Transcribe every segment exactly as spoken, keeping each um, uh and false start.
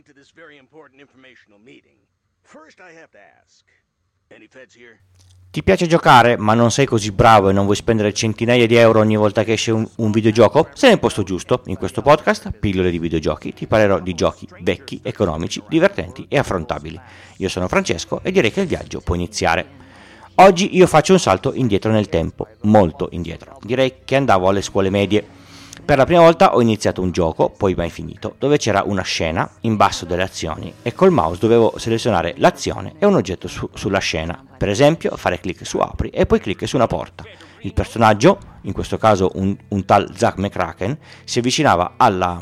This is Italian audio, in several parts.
To this very important informational meeting. First I have to ask. Any feds here? Ti piace giocare, ma non sei così bravo e non vuoi spendere centinaia di euro ogni volta che esce un, un videogioco? Sei nel posto giusto. In questo podcast, Pillole di videogiochi, ti parlerò di giochi vecchi, economici, divertenti e affrontabili. Io sono Francesco e direi che il viaggio può iniziare. Oggi io faccio un salto indietro nel tempo, molto indietro. Direi che andavo alle scuole medie. Per la prima volta ho iniziato un gioco, poi mai finito, dove c'era una scena, in basso delle azioni, e col mouse dovevo selezionare l'azione e un oggetto su, sulla scena. Per esempio, fare clic su apri e poi clic su una porta. Il personaggio, in questo caso un, un tal Zack McCracken, si avvicinava alla,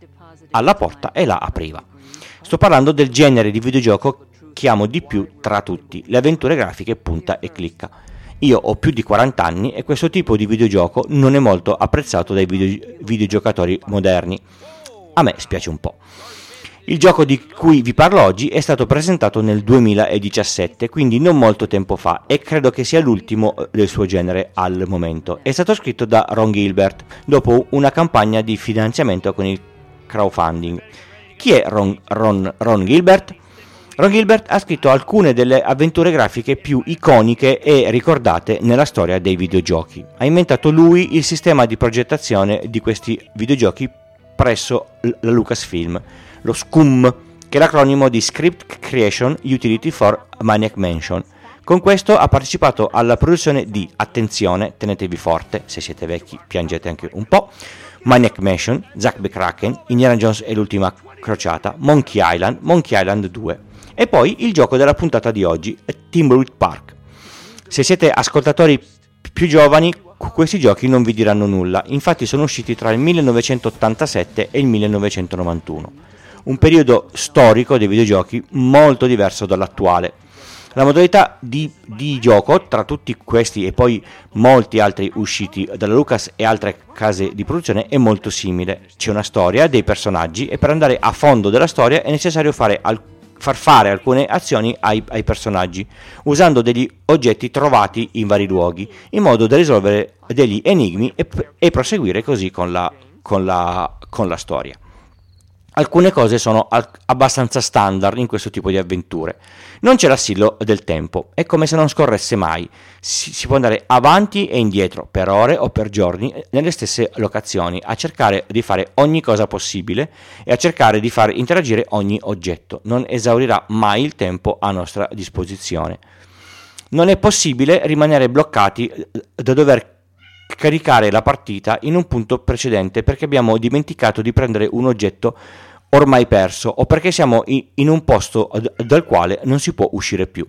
alla porta e la apriva. Sto parlando del genere di videogioco che amo di più tra tutti, le avventure grafiche punta e clicca. Io ho più di quaranta anni e questo tipo di videogioco non è molto apprezzato dai video, videogiocatori moderni. A me spiace un po'. Il gioco di cui vi parlo oggi è stato presentato nel duemiladiciassette, quindi non molto tempo fa, e credo che sia l'ultimo del suo genere al momento. È stato scritto da Ron Gilbert, dopo una campagna di finanziamento con il crowdfunding. Chi è Ron, Ron, Ron Gilbert? Ron Gilbert ha scritto alcune delle avventure grafiche più iconiche e ricordate nella storia dei videogiochi. Ha inventato lui il sistema di progettazione di questi videogiochi presso la Lucasfilm, lo S C U M, che è l'acronimo di Script Creation Utility for Maniac Mansion. Con questo ha partecipato alla produzione di, attenzione, tenetevi forte, se siete vecchi piangete anche un po', Maniac Mansion, Zack McCracken, Indiana Jones e l'ultima crociata, Monkey Island, Monkey Island due. E poi il gioco della puntata di oggi, Thimbleweed Park. Se siete ascoltatori più giovani, questi giochi non vi diranno nulla, infatti sono usciti tra il millenovecentottantasette e il millenovecentonovantuno, un periodo storico dei videogiochi molto diverso dall'attuale. La modalità di, di gioco tra tutti questi e poi molti altri usciti dalla Lucas e altre case di produzione è molto simile. C'è una storia, dei personaggi e per andare a fondo della storia è necessario fare alcune far fare alcune azioni ai, ai personaggi, usando degli oggetti trovati in vari luoghi, in modo da risolvere degli enigmi e, e proseguire così con la, con la, con la storia. Alcune cose sono al- abbastanza standard in questo tipo di avventure. Non c'è l'assillo del tempo, è come se non scorresse mai. Si, si può andare avanti e indietro per ore o per giorni nelle stesse locazioni, a cercare di fare ogni cosa possibile e a cercare di far interagire ogni oggetto. Non esaurirà mai il tempo a nostra disposizione. Non è possibile rimanere bloccati da dover caricare la partita in un punto precedente perché abbiamo dimenticato di prendere un oggetto ormai perso o perché siamo in un posto dal quale non si può uscire più.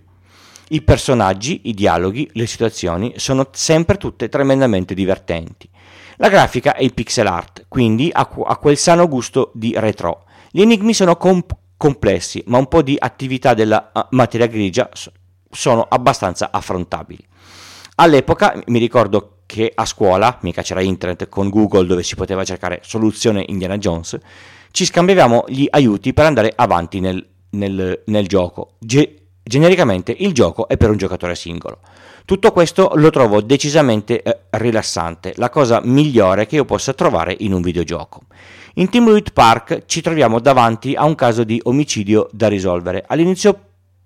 I personaggi, i dialoghi, le situazioni sono sempre tutte tremendamente divertenti. La grafica è il pixel art, quindi ha quel sano gusto di retro. Gli enigmi sono comp- complessi, ma un po' di attività della materia grigia sono abbastanza affrontabili. All'epoca mi ricordo che a scuola, mica c'era internet con Google dove si poteva cercare soluzione Indiana Jones, ci scambiavamo gli aiuti per andare avanti nel, nel, nel gioco. Ge- genericamente il gioco è per un giocatore singolo. Tutto questo lo trovo decisamente eh, rilassante, la cosa migliore che io possa trovare in un videogioco. In Thimbleweed Park ci troviamo davanti a un caso di omicidio da risolvere. All'inizio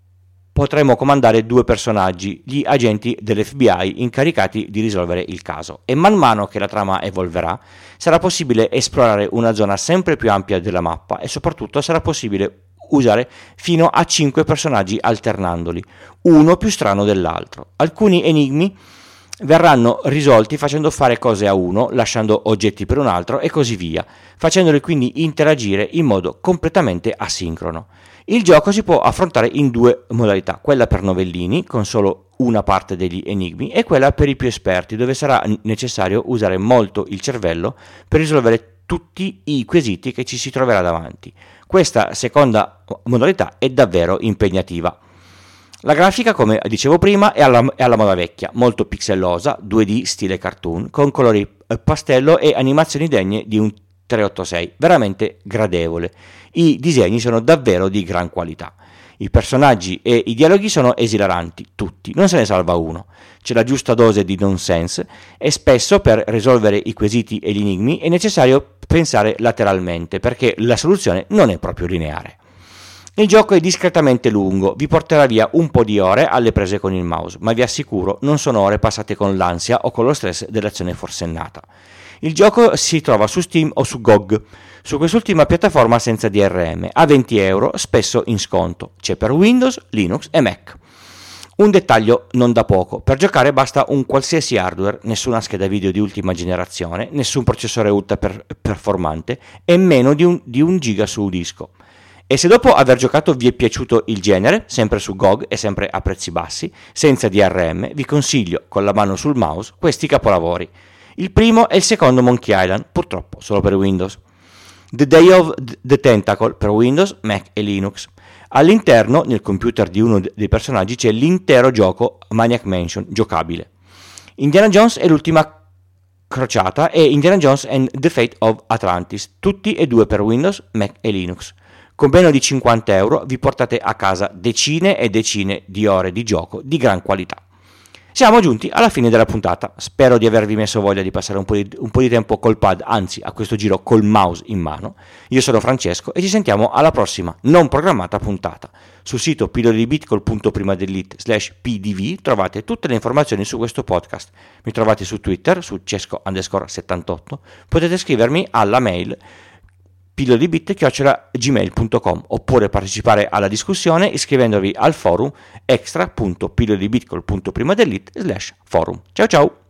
potremo comandare due personaggi, gli agenti dell'F B I incaricati di risolvere il caso, e man mano che la trama evolverà sarà possibile esplorare una zona sempre più ampia della mappa e soprattutto sarà possibile usare fino a cinque personaggi alternandoli, uno più strano dell'altro. Alcuni enigmi verranno risolti facendo fare cose a uno, lasciando oggetti per un altro e così via, facendoli quindi interagire in modo completamente asincrono. Il gioco si può affrontare in due modalità, quella per novellini con solo una parte degli enigmi e quella per i più esperti dove sarà necessario usare molto il cervello per risolvere tutti i quesiti che ci si troverà davanti. Questa seconda modalità è davvero impegnativa. La grafica, come dicevo prima, è alla, è alla moda vecchia, molto pixellosa, due D stile cartoon, con colori pastello e animazioni degne di un trecentoottantasei, veramente gradevole. I disegni sono davvero di gran qualità. I personaggi e i dialoghi sono esilaranti, tutti, non se ne salva uno. C'è la giusta dose di nonsense e spesso per risolvere i quesiti e gli enigmi è necessario pensare lateralmente perché la soluzione non è proprio lineare. Il gioco è discretamente lungo, vi porterà via un po' di ore alle prese con il mouse, ma vi assicuro non sono ore passate con l'ansia o con lo stress dell'azione forsennata. Il gioco si trova su Steam o su G O G, su quest'ultima piattaforma senza D R M, a venti euro, spesso in sconto. C'è per Windows, Linux e Mac. Un dettaglio non da poco, per giocare basta un qualsiasi hardware, nessuna scheda video di ultima generazione, nessun processore ultra per- performante e meno di un, di un giga su disco. E se dopo aver giocato vi è piaciuto il genere, sempre su G O G e sempre a prezzi bassi, senza D R M, vi consiglio, con la mano sul mouse, questi capolavori. Il primo è il secondo Monkey Island, purtroppo solo per Windows. The Day of the Tentacle per Windows, Mac e Linux. All'interno, nel computer di uno dei personaggi, c'è l'intero gioco Maniac Mansion giocabile. Indiana Jones è l'ultima crociata e Indiana Jones and the Fate of Atlantis, tutti e due per Windows, Mac e Linux. Con meno di cinquanta euro vi portate a casa decine e decine di ore di gioco di gran qualità. Siamo giunti alla fine della puntata, spero di avervi messo voglia di passare un po' di, un po' di tempo col pad, anzi a questo giro col mouse in mano. Io sono Francesco e ci sentiamo alla prossima non programmata puntata. Sul sito pillole di bit col punto prima delete slash pdv trovate tutte le informazioni su questo podcast. Mi trovate su Twitter, su cesco underscore settantotto, potete scrivermi alla mail pillole di bit chiocciola gmail punto com oppure partecipare alla discussione iscrivendovi al forum extra punto pillole di bit col punto prima delete slash forum. Ciao ciao!